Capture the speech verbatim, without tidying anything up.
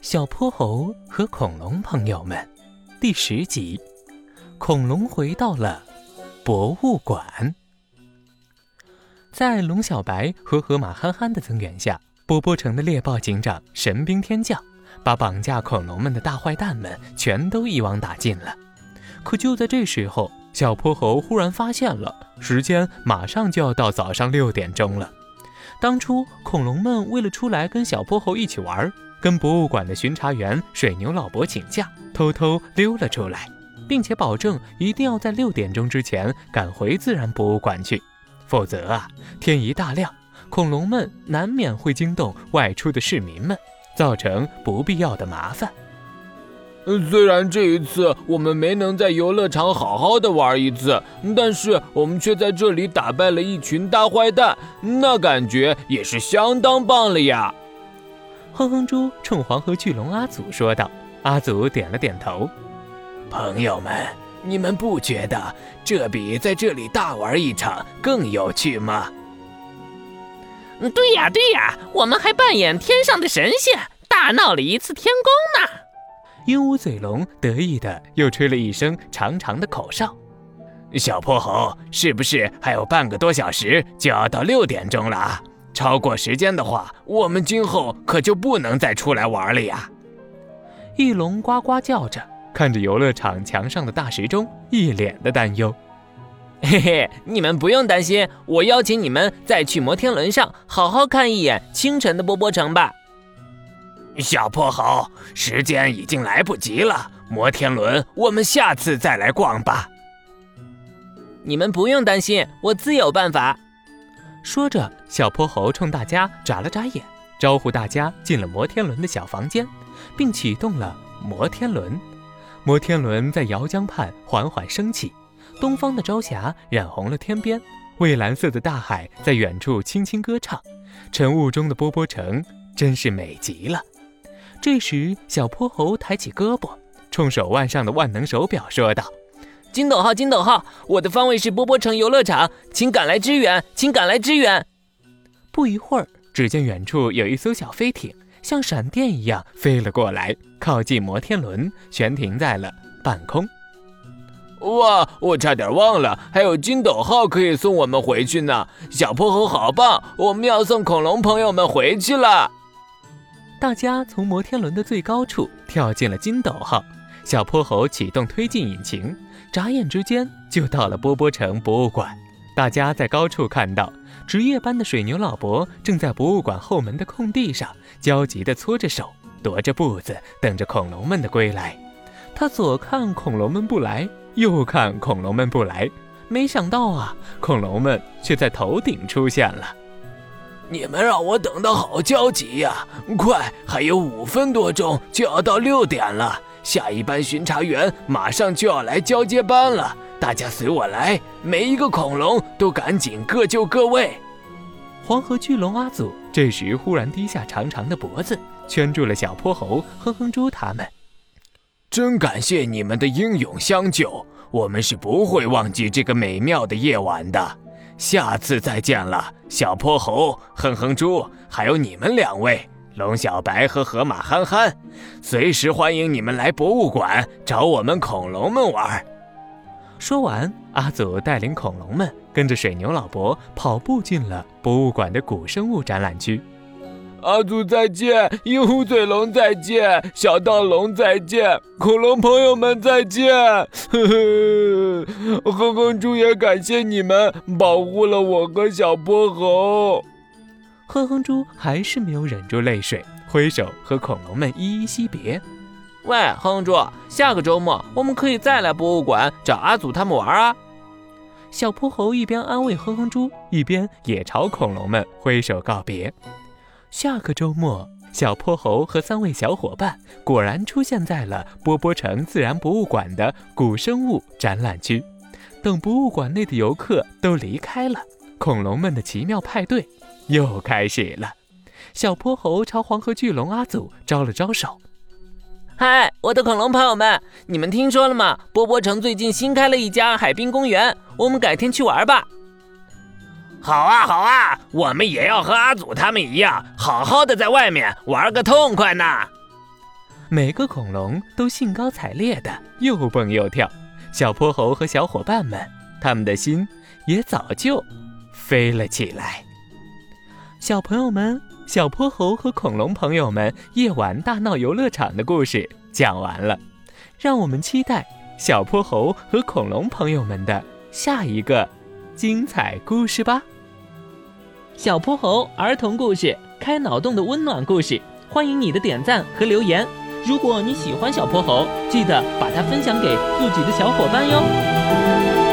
小泼猴和恐龙朋友们第十集，恐龙回到了博物馆。在龙小白和河马憨憨的增援下，波波城的猎豹警长神兵天降，把绑架恐龙们的大坏蛋们全都一网打尽了。可就在这时候，小泼猴忽然发现了时间马上就要到早上六点钟了。当初恐龙们为了出来跟小泼猴一起玩，跟博物馆的巡查员水牛老伯请假，偷偷溜了出来，并且保证一定要在六点钟之前赶回自然博物馆去，否则啊，天一大亮，恐龙们难免会惊动外出的市民们，造成不必要的麻烦。 虽然这一次我们没能在游乐场好好的玩一次，但是我们却在这里打败了一群大坏蛋，那感觉也是相当棒了呀。 哼哼猪冲黄河巨龙阿祖说道。阿祖点了点头。 朋友们，你们不觉得这比在这里大玩一场更有趣吗？ 对呀对呀，我们还扮演天上的神仙，大闹了一次天宫呢。 鹦鹉嘴龙得意的又吹了一声长长的口哨。 小泼猴，是不是还有半个多小时就要到六点钟了啊？超过时间的话，我们今后可就不能再出来玩了呀。 翼龙呱呱叫着，看着游乐场墙上的大时钟，一脸的担忧。 嘿嘿，你们不用担心，我邀请你们再去摩天轮上好好看一眼清晨的波波城吧。 小泼猴，时间已经来不及了，摩天轮我们下次再来逛吧。 你们不用担心，我自有办法。 说着，小泼猴冲大家眨了眨眼，招呼大家进了摩天轮的小房间，并启动了摩天轮。摩天轮在摇江畔缓缓升起，东方的朝霞染红了天边，蔚蓝色的大海在远处轻轻歌唱，晨雾中的波波城真是美极了。这时，小泼猴抬起胳膊，冲手腕上的万能手表说道： 金斗号，金斗号，我的方位是波波城游乐场，请赶来支援，请赶来支援。 不一会儿，只见远处有一艘小飞艇像闪电一样飞了过来，靠近摩天轮，悬停在了半空。 哇，我差点忘了，还有金斗号可以送我们回去呢。小泼猴好棒，我们要送恐龙朋友们回去了。 大家从摩天轮的最高处跳进了金斗号，小泼猴启动推进引擎，眨眼之间就到了波波城博物馆。大家在高处看到职业班的水牛老伯正在博物馆后门的空地上焦急地搓着手，踱着步子，等着恐龙们的归来。他左看恐龙们不来，右看恐龙们不来，没想到啊，恐龙们却在头顶出现了。 你们让我等得好焦急呀！快，还有五分多钟就要到六点了，下一班巡查员马上就要来交接班了，大家随我来，每一个恐龙都赶紧各就各位。 黄河巨龙阿祖这时忽然低下长长的脖子，圈住了小泼猴、哼哼猪他们。 真感谢你们的英勇相救，我们是不会忘记这个美妙的夜晚的。下次再见了，小泼猴、哼哼猪，还有你们两位龙小白和河马憨憨，随时欢迎你们来博物馆找我们恐龙们玩。 说完，阿祖带领恐龙们跟着水牛老伯跑步进了博物馆的古生物展览区。 阿祖再见，鹦鹉嘴龙再见，小盗龙再见，恐龙朋友们再见。呵呵，哼哼猪也感谢你们保护了我和小泼猴。 哼哼猪还是没有忍住泪水，挥手和恐龙们依依惜别。 喂，哼哼猪，下个周末我们可以再来博物馆找阿祖他们玩啊。 小泼猴一边安慰哼哼猪，一边也朝恐龙们挥手告别。下个周末，小泼猴和三位小伙伴果然出现在了波波城自然博物馆的古生物展览区。等博物馆内的游客都离开了，恐龙们的奇妙派对又开始了。小泼猴朝黄河巨龙阿祖招了招手。 嗨，我的恐龙朋友们，你们听说了吗？波波城最近新开了一家海滨公园，我们改天去玩吧。 好啊好啊，我们也要和阿祖他们一样，好好的在外面玩个痛快呢。 每个恐龙都兴高采烈的又蹦又跳。小泼猴和小伙伴们，他们的心也早就飞了起来。小朋友们，小泼猴和恐龙朋友们夜晚大闹游乐场的故事讲完了，让我们期待小泼猴和恐龙朋友们的下一个精彩故事吧。 小泼猴儿童故事，开脑洞的温暖故事，欢迎你的点赞和留言。如果你喜欢小泼猴，记得把它分享给自己的小伙伴哟。